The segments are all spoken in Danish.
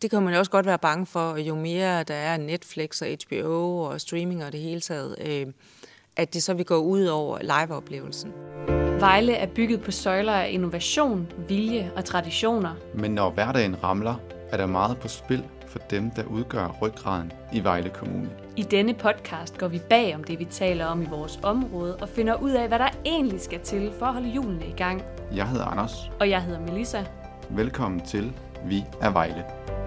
det kan man jo også godt være bange for, jo mere der er Netflix og HBO og streaming og det hele taget, at det så vil gå ud over liveoplevelsen. Vejle er bygget på søjler af innovation, vilje og traditioner. Men når hverdagen ramler, er der meget på spil for dem, der udgør ryggraden i Vejle Kommune. I denne podcast går vi bag om det, vi taler om i vores område, og finder ud af, hvad der egentlig skal til for at holde hjulene i gang. Jeg hedder Anders. Og jeg hedder Melissa. Velkommen til Vi er Vejle.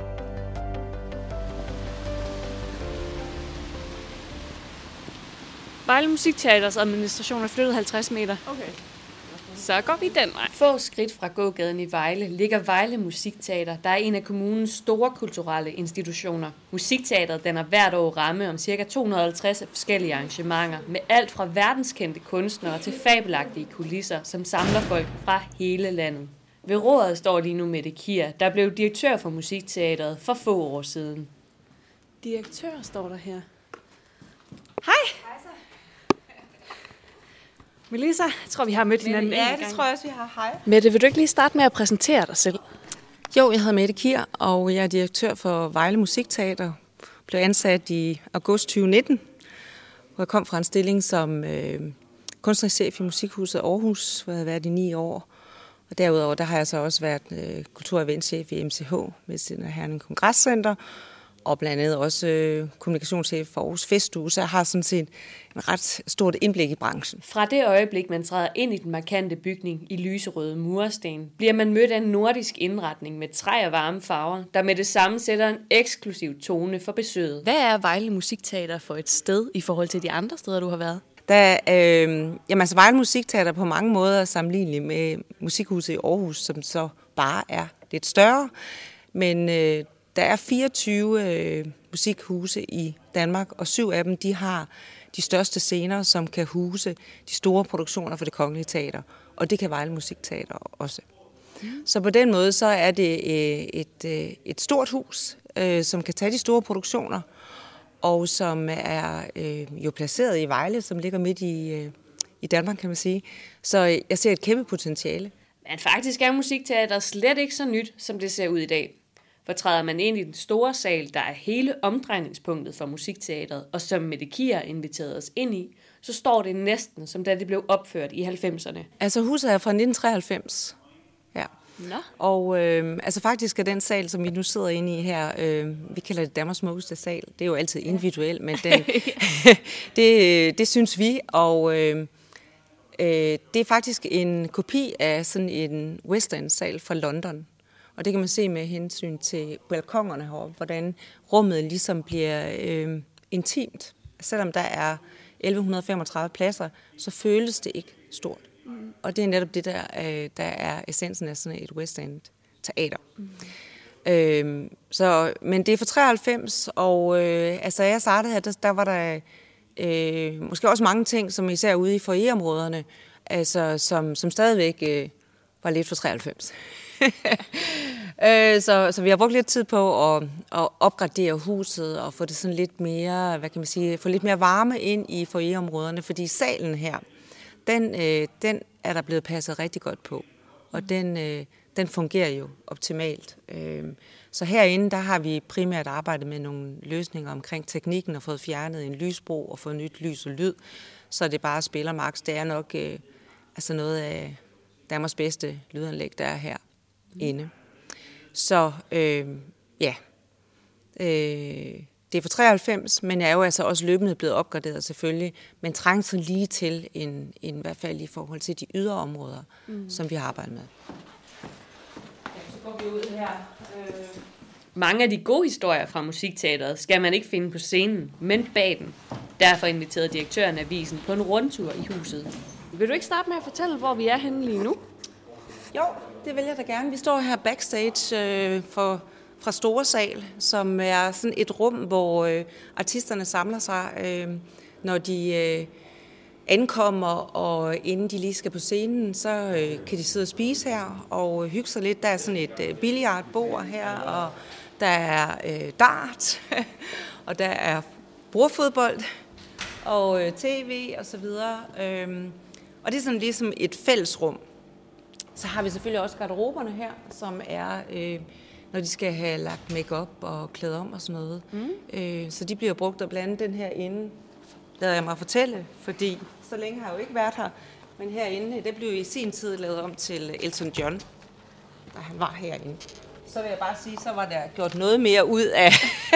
Vejle Musikteaters administration er flyttet 50 meter. Okay. Så går vi den vej. Få skridt fra gågaden i Vejle ligger Vejle Musikteater, der er en af kommunens store kulturelle institutioner. Musikteateret danner hvert år ramme om ca. 250 forskellige arrangementer, med alt fra verdenskendte kunstnere til fabelagtige kulisser, som samler folk fra hele landet. Ved roret står lige nu Mette Kier, der blev direktør for Musikteateret for få år siden. Direktør står der her. Hej! Melissa, jeg tror, vi har mødt hinanden en gang. Ja, det tror jeg også, vi har. Hej. Mette, vil du ikke lige starte med at præsentere dig selv? Jo, jeg hedder Mette Kier, og jeg er direktør for Vejle Musikteater. Blev ansat i august 2019, hvor jeg kom fra en stilling som kunstnerisk chef i Musikhuset Aarhus, hvor jeg har været i 9 år. Og derudover der har jeg så også været kultur- og eventchef i MCH, med Herning Kongresscenter, og blandt andet også kommunikationschef for Aarhus Festuge, så jeg har sådan set en ret stort indblik i branchen. Fra det øjeblik, man træder ind i den markante bygning i lyserøde mursten, bliver man mødt af en nordisk indretning med træ og varme farver, der med det samme sætter en eksklusiv tone for besøget. Hvad er Vejle Musikteater for et sted i forhold til de andre steder, du har været? Vejle Musikteater på mange måder er sammenlignelig med Musikhuset i Aarhus, som så bare er lidt større, men der er 24 musikhuse i Danmark, og 7 af dem de har de største scener, som kan huse de store produktioner for Det Kongelige Teater, og det kan Vejle Musikteater også. Så på den måde så er det et stort hus, som kan tage de store produktioner, og som er jo placeret i Vejle, som ligger midt i Danmark, kan man sige. Så jeg ser et kæmpe potentiale. Men faktisk er musikteater slet ikke så nyt, som det ser ud i dag. For træder man ind i den store sal, der er hele omdrejningspunktet for musikteateret, og som Mette Kier inviterede os ind i, så står det næsten, som da det blev opført i 90'erne. Altså huset er fra 1993. Ja. Nå. Og faktisk er den sal, som vi nu sidder inde i her, vi kalder det Danmarks smukkeste sal. Det er jo altid individuelt, men det synes vi. Og det er faktisk en kopi af sådan en West End-sal fra London. Og det kan man se med hensyn til balkonerne heroppe, hvordan rummet ligesom bliver intimt. Selvom der er 1135 pladser, så føles det ikke stort. Og det er netop det, der er essensen af sådan et West End teater. Men det er fra 93, og jeg startede her, der var der måske også mange ting, som især ude i foyerområderne, altså, som stadigvæk var lidt fra 93. Så vi har brugt lidt tid på at opgradere huset og få det sådan lidt mere, få lidt mere varme ind i foyerområderne, fordi salen her, den er der blevet passet rigtig godt på, og den fungerer jo optimalt. Så herinde, der har vi primært arbejdet med nogle løsninger omkring teknikken og fået fjernet en lysbro og fået nyt lys og lyd, så det bare spiller max. Det er nok noget af Danmarks bedste lydanlæg, der er herinde. Så det er fra 93, men jeg er jo altså også løbende blevet opgraderet selvfølgelig, men trænger så lige til en i hvert fald i forhold til de ydre områder, som vi har arbejdet med. Ja, så går vi ud her. Mange af de gode historier fra musikteateret skal man ikke finde på scenen, men bag den. Derfor inviterede direktøren avisen på en rundtur i huset. Vil du ikke starte med at fortælle, hvor vi er henne lige nu? Jo, det vil jeg da gerne. Vi står her backstage fra Store Sal, som er sådan et rum, hvor artisterne samler sig, når de ankommer, og inden de lige skal på scenen, så kan de sidde og spise her og hygge sig lidt. Der er sådan et billiardbord her, og der er dart, og der er bordfodbold og tv og så videre. Og det er sådan ligesom et fællesrum. Så har vi selvfølgelig også garderoberne her, som er når de skal have lagt make-up og klædt om og sådan noget. Så de bliver brugt, og blandt andet den her inde, lader jeg mig fortælle, fordi så længe har jeg jo ikke været her, men herinde, det blev i sin tid lavet om til Elton John, da han var herinde. Så vil jeg bare sige, så var der gjort noget mere ud af,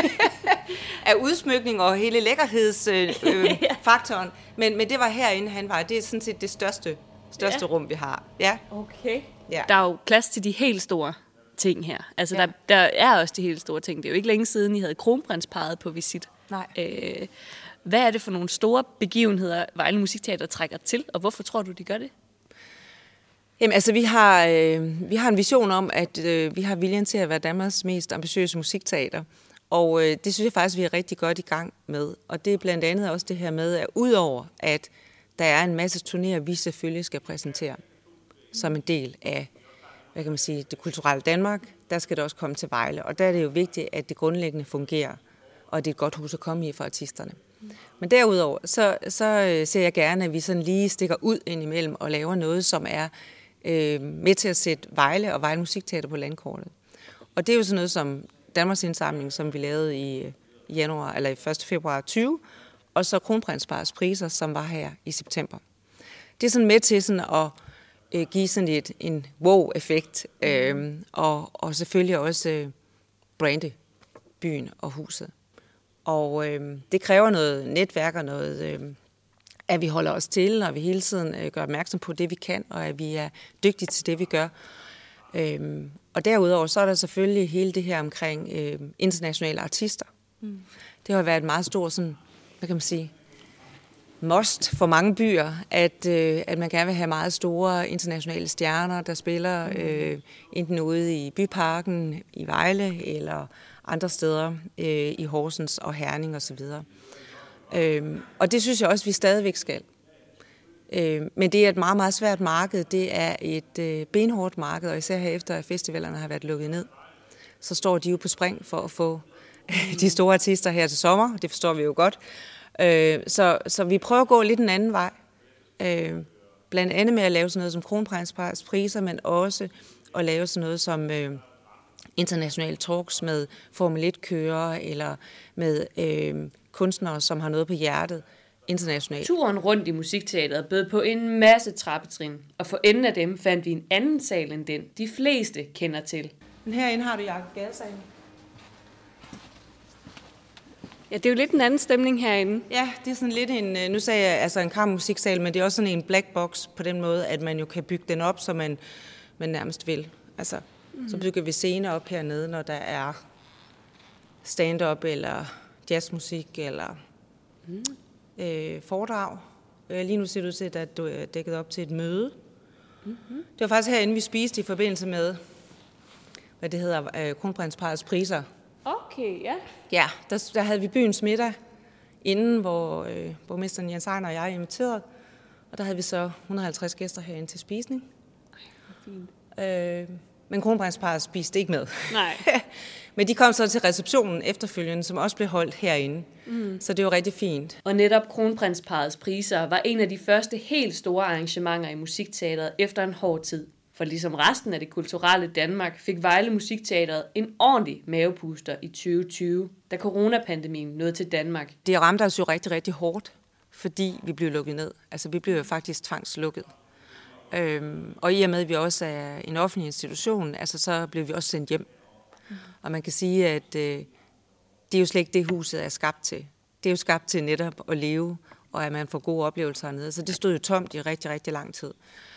af udsmykning og hele lækkerhedsfaktoren. Men det var herinde, han var. Det er sådan set det største rum, vi har. Ja. Okay. Ja. Der er jo plads til de helt store ting her. Altså, der er også de helt store ting. Det er jo ikke længe siden, I havde kronprinsparret på visit. Nej. Hvad er det for nogle store begivenheder, Vejle Musikteater trækker til, og hvorfor tror du, de gør det? Jamen, altså, vi har en vision om, at vi har viljen til at være Danmarks mest ambitiøse musikteater. Og det synes jeg faktisk, vi er rigtig godt i gang med. Og det er blandt andet også det her med, at udover at der er en masse turnéer, vi selvfølgelig skal præsentere som en del af, hvad kan man sige, det kulturelle Danmark, der skal det også komme til Vejle. Og der er det jo vigtigt, at det grundlæggende fungerer, og det er et godt hus at komme i for artisterne. Men derudover, så ser jeg gerne, at vi sådan lige stikker ud indimellem og laver noget, som er med til at sætte Vejle og Vejle Musikteater på landkortet. Og det er jo sådan noget som Danmarks Indsamling, som vi lavede i januar, eller i 1. februar 20, og så Kronprinsparrets priser, som var her i september. Det er sådan med til sådan at give sådan en wow-effekt, og selvfølgelig også brande byen og huset. Og det kræver noget netværk og noget, at vi holder os til, og vi hele tiden gør opmærksom på det, vi kan, og at vi er dygtige til det, vi gør. Og derudover så er der selvfølgelig hele det her omkring internationale artister. Det har været et meget stort, sådan, hvad kan man sige, must for mange byer, at man gerne vil have meget store internationale stjerner, der spiller enten ude i Byparken i Vejle eller andre steder i Horsens og Herning osv. Og det synes jeg også, vi stadigvæk skal. Men det er et meget, meget svært marked. Det er et benhårdt marked, og især her efter, at festivalerne har været lukket ned, så står de jo på spring for at få de store artister her til sommer. Det forstår vi jo godt. Så vi prøver at gå lidt en anden vej. Blandt andet med at lave sådan noget som Kronprinsparrets priser, men også at lave sådan noget som internationale talks med Formel 1-kører, eller med kunstnere, som har noget på hjertet internationalt. Turen rundt i musikteateret bød på en masse trappetrin, og for enden af dem fandt vi en anden sal end den, de fleste kender til. Men herinde har du Jakob Gade-salen. Ja, det er jo lidt en anden stemning herinde. Ja, det er sådan lidt en, nu sagde jeg altså en kammermusiksal, men det er også sådan en black box på den måde, at man jo kan bygge den op, som man nærmest vil. Altså, så bygger vi scener op hernede, når der er stand-up eller jazzmusik eller foredrag. Lige nu ser du til, at du er dækket op til et møde. Det var faktisk herinde, vi spiste i forbindelse med, hvad det hedder, Kronprinsparrets priser. Okay, ja. Ja, der havde vi byens middag inden, hvor borgmesteren Jens Ejner og jeg inviterede. Og der havde vi så 150 gæster herinde til spisning. Ej, hvor fint. Men Kronprinsparret spiste ikke med. Nej. Men de kom så til receptionen efterfølgende, som også blev holdt herinde. Så det var rigtig fint. Og netop Kronprinsparrets priser var en af de første helt store arrangementer i musikteateret efter en hård tid. For ligesom resten af det kulturelle Danmark fik Vejle Musikteateret en ordentlig mavepuster i 2020, da coronapandemien nåede til Danmark. Det ramte os jo rigtig, rigtig hårdt, fordi vi blev lukket ned. Altså vi blev jo faktisk tvangslukket. Og i og med, at vi også er en offentlig institution, altså så blev vi også sendt hjem. Og man kan sige, at det er jo slet ikke det, huset er skabt til. Det er jo skabt til netop at leve, og at man får gode oplevelser hernede. Så det stod jo tomt i rigtig, rigtig lang tid.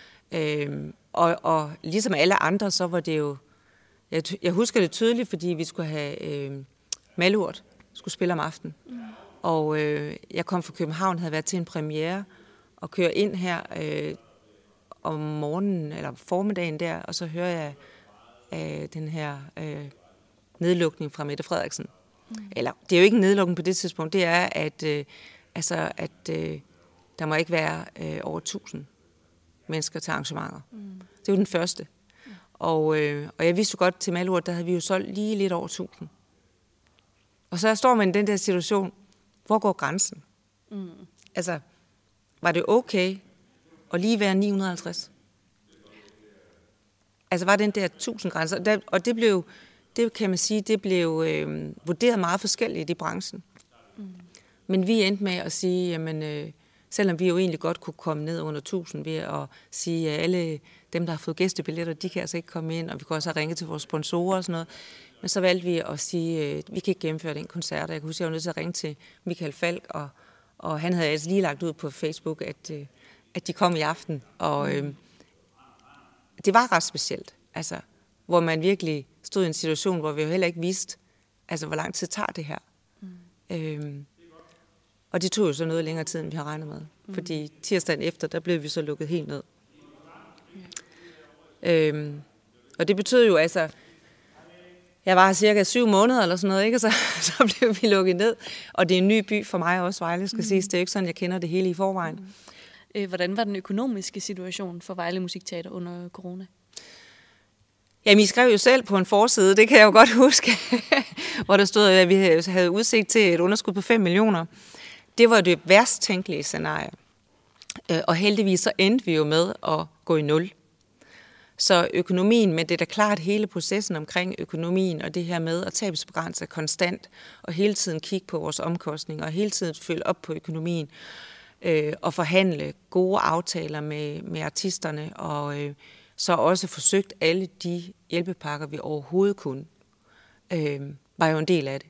Og ligesom alle andre, så var det jo... Jeg husker det tydeligt, fordi vi skulle have Malurt, skulle spille om aftenen. Og jeg kom fra København, havde været til en premiere, og kører ind her om morgenen, eller formiddagen der, og så hører jeg den her nedlukning fra Mette Frederiksen. Eller, det er jo ikke en nedlukning på det tidspunkt, det er, at der må ikke være over 1000 mennesker til arrangementer. Det er jo den første. Og jeg vidste jo godt, til Malurt, der havde vi jo solgt lige lidt over 1000. Og så står man i den der situation, hvor går grænsen? Altså, var det okay at lige være 950? Altså, var den der 1000 grænser? Og det blev det kan man sige, det blev vurderet meget forskelligt i branchen. Men vi endte med at sige, jamen, selvom vi jo egentlig godt kunne komme ned under 1000 ved at sige, at alle dem, der har fået gæstebilletter, de kan altså ikke komme ind, og vi kan også have ringet til vores sponsorer og sådan noget. Men så valgte vi at sige, at vi kan ikke gennemføre den koncert. Jeg kan huske, at jeg var nødt til at ringe til Michael Falk, og han havde altså lige lagt ud på Facebook, at de kom i aften. Og det var ret specielt, altså, hvor man virkelig stod i en situation, hvor vi jo heller ikke vidste, altså, hvor lang tid tager det her. Og det tog jo så noget længere tid, end vi har regnet med. Fordi tirsdagen efter, der blev vi så lukket helt ned. Og det betød jo altså, jeg var cirka 7 måneder eller sådan noget, ikke? Og så blev vi lukket ned. Og det er en ny by for mig også, Vejle skal siges. Det er ikke sådan, jeg kender det hele i forvejen. Hvordan var den økonomiske situation for Vejle Musikteater under corona? Jamen, I skrev jo selv på en forside, det kan jeg jo godt huske, hvor der stod, at vi havde udsigt til et underskud på 5 millioner. Det var det værst tænkelige scenarie. Og heldigvis så endte vi jo med at gå i nul. Så økonomien, men det er da klart hele processen omkring økonomien og det her med at tabsbegrænse konstant og hele tiden kigge på vores omkostninger og hele tiden følge op på økonomien og forhandle gode aftaler med artisterne og så også forsøgt alle de hjælpepakker, vi overhovedet kunne, var jo en del af det.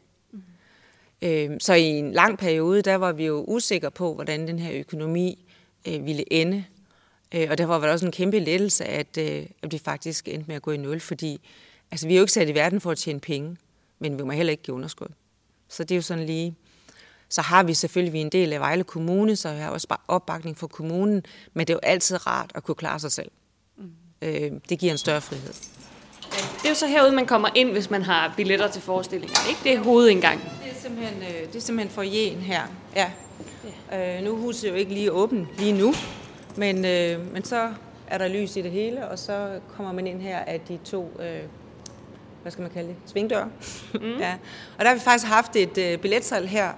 Så i en lang periode, der var vi jo usikre på, hvordan den her økonomi ville ende. Og derfor var der også en kæmpe lettelse, at vi faktisk endte med at gå i nul, fordi altså, vi er jo ikke sat i verden for at tjene penge, men vi må heller ikke give underskud. Så det er jo sådan lige... Så har vi selvfølgelig en del af Vejle Kommune, så vi har også opbakning for kommunen, men det er jo altid rart at kunne klare sig selv. Det giver en større frihed. Det er jo så herude, man kommer ind, hvis man har billetter til forestillinger, ikke? Det er hovedindgangen. Det er simpelthen foyeren her. Ja. Nu er huset jo ikke lige åbent lige nu, men så er der lys i det hele, og så kommer man ind her af de 2, hvad skal man kalde det, svingdøre. Ja. Og der har vi faktisk haft et billetsal her,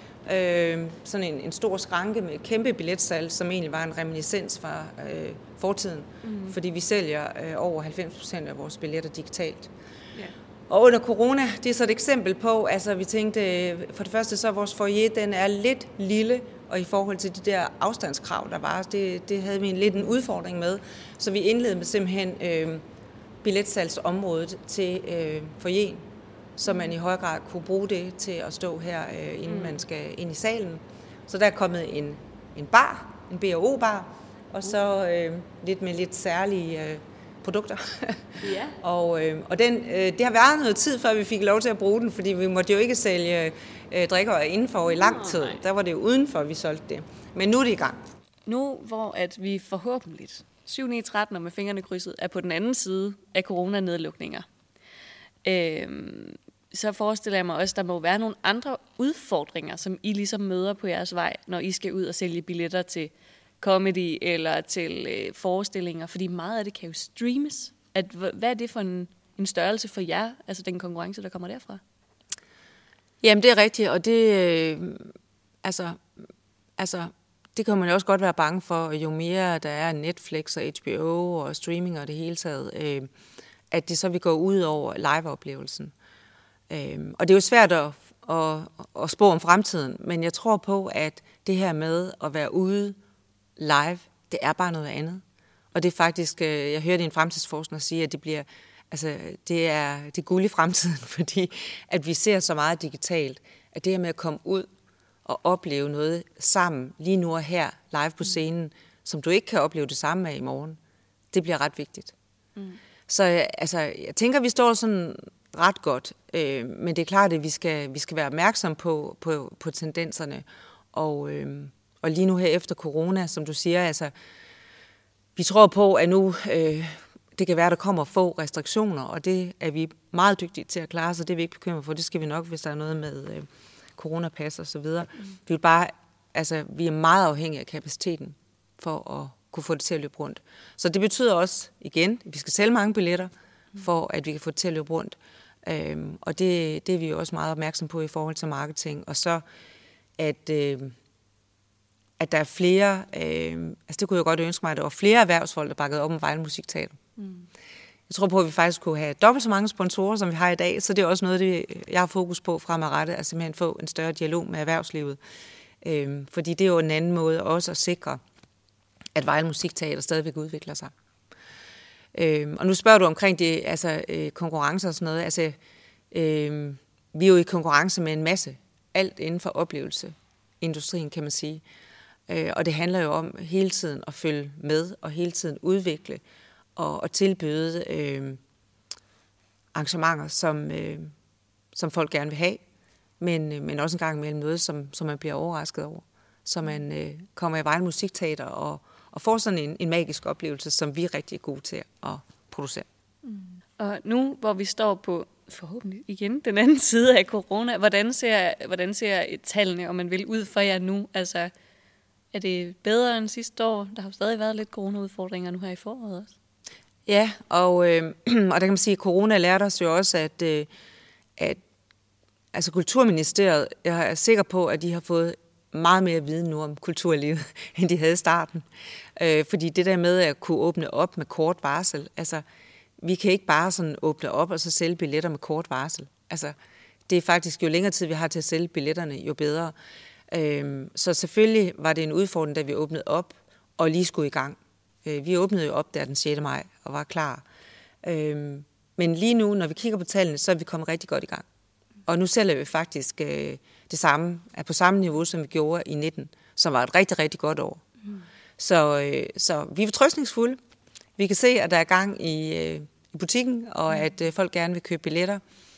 sådan en stor skranke med et kæmpe billetsal, som egentlig var en reminiscens fra fortiden, fordi vi sælger over 90% af vores billetter digitalt. Yeah. Og under corona, det er så et eksempel på, altså vi tænkte, for det første så vores foyer, den er lidt lille, og i forhold til de der afstandskrav, der var, det havde vi lidt en udfordring med, så vi indledte med simpelthen billetsalgsområdet til foyeren, så man i højere grad kunne bruge det til at stå her, inden man skal ind i salen. Så der er kommet en bar, en B&O-bar, og så lidt med lidt særlige produkter. Ja. og det har været noget tid, før vi fik lov til at bruge den, fordi vi måtte jo ikke sælge drikker indenfor i lang tid. Der var det jo udenfor, vi solgte det. Men nu er det i gang. Nu hvor at vi forhåbentlig 7-9-13 og med fingrene krydset er på den anden side af coronanedlukninger, så forestiller jeg mig også, at der må være nogle andre udfordringer, som I ligesom møder på jeres vej, når I skal ud og sælge billetter til comedy eller til forestillinger, fordi meget af det kan jo streames. Hvad er det for en størrelse for jer, altså den konkurrence, der kommer derfra? Jamen, det er rigtigt, og det, det kan man jo også godt være bange for, jo mere der er Netflix og HBO og streaming og det hele taget, at det så vil gå ud over liveoplevelsen. Og det er jo svært at spå om fremtiden, men jeg tror på, at det her med at være ude live, det er bare noget andet. Og det er faktisk, jeg hørte en fremtidsforsker sige, at det er guld i fremtiden, fordi at vi ser så meget digitalt, at det her med at komme ud og opleve noget sammen, lige nu og her, live på scenen, som du ikke kan opleve det samme af i morgen, det bliver ret vigtigt. Så jeg tænker, at vi står sådan ret godt, men det er klart, at vi skal være opmærksom på tendenserne, og lige nu her efter corona, som du siger, vi tror på, at nu det kan være, at der kommer få restriktioner, og det er vi meget dygtige til at klare, så det er vi ikke bekymret for. Det skal vi nok, hvis der er noget med coronapas og så videre. Vi er meget afhængige af kapaciteten for at kunne få det til at løbe rundt. Så det betyder også, igen, at vi skal sælge mange billetter, for at vi kan få det til at løbe rundt. Og det er vi jo også meget opmærksom på i forhold til marketing. Og så, at der er flere, det kunne jeg godt ønske mig, at der var flere erhvervsfolk, der bakkede op om Vejle Musikteater. Jeg Jeg tror på, at vi faktisk kunne have dobbelt så mange sponsorer, som vi har i dag, så det er også noget, det jeg har fokus på fremadrettet, at simpelthen få en større dialog med erhvervslivet. Fordi det er jo en anden måde også at sikre, at Vejle Musikteater stadigvæk udvikler sig. Og nu spørger du omkring det, altså konkurrencer og sådan noget. Altså, vi er jo i konkurrence med en masse, alt inden for oplevelseindustrien, kan man sige. Og det handler jo om hele tiden at følge med og hele tiden udvikle og tilbyde arrangementer, som folk gerne vil have, men også en gang imellem noget, som man bliver overrasket over. Så man kommer i Vejle Musikteater og får sådan en magisk oplevelse, som vi er rigtig gode til at producere. Og nu, hvor vi står på forhåbentlig igen den anden side af corona, hvordan ser tallene, om man vil, ud for jer nu? Altså, er det bedre end sidste år? Der har jo stadig været lidt coronaudfordringer nu her i foråret også. Ja, og der kan man sige, at corona lærte os jo også, at altså Kulturministeriet, jeg er sikker på, at de har fået meget mere viden nu om kulturlivet, end de havde i starten. Fordi det der med at kunne åbne op med kort varsel, altså vi kan ikke bare sådan åbne op og så sælge billetter med kort varsel. Altså det er faktisk, jo længere tid vi har til at sælge billetterne, jo bedre. Så selvfølgelig var det en udfordring, da vi åbnede op og lige skulle i gang. Vi åbnede jo op der den 6. maj og var klar. Men lige nu, når vi kigger på tallene, så er vi kommet rigtig godt i gang. Og nu sælger vi faktisk det samme, er på samme niveau, som vi gjorde i 19, som var et rigtig, rigtig godt år. Så vi er fortrøstningsfulde. Vi kan se, at der er gang i butikken, og at folk gerne vil købe billetter.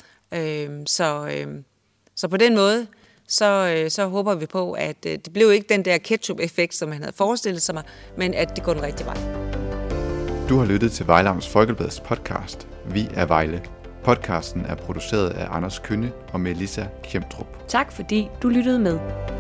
Så på den måde, så håber vi på, at det blev ikke den der ketchup-effekt, som man havde forestillet sig, men at det går den rigtige vej. Du har lyttet til Vejle Amts Folkebladets podcast, Vi er Vejle. Podcasten er produceret af Anders Kønne og Melissa Kjemtrup. Tak fordi du lyttede med.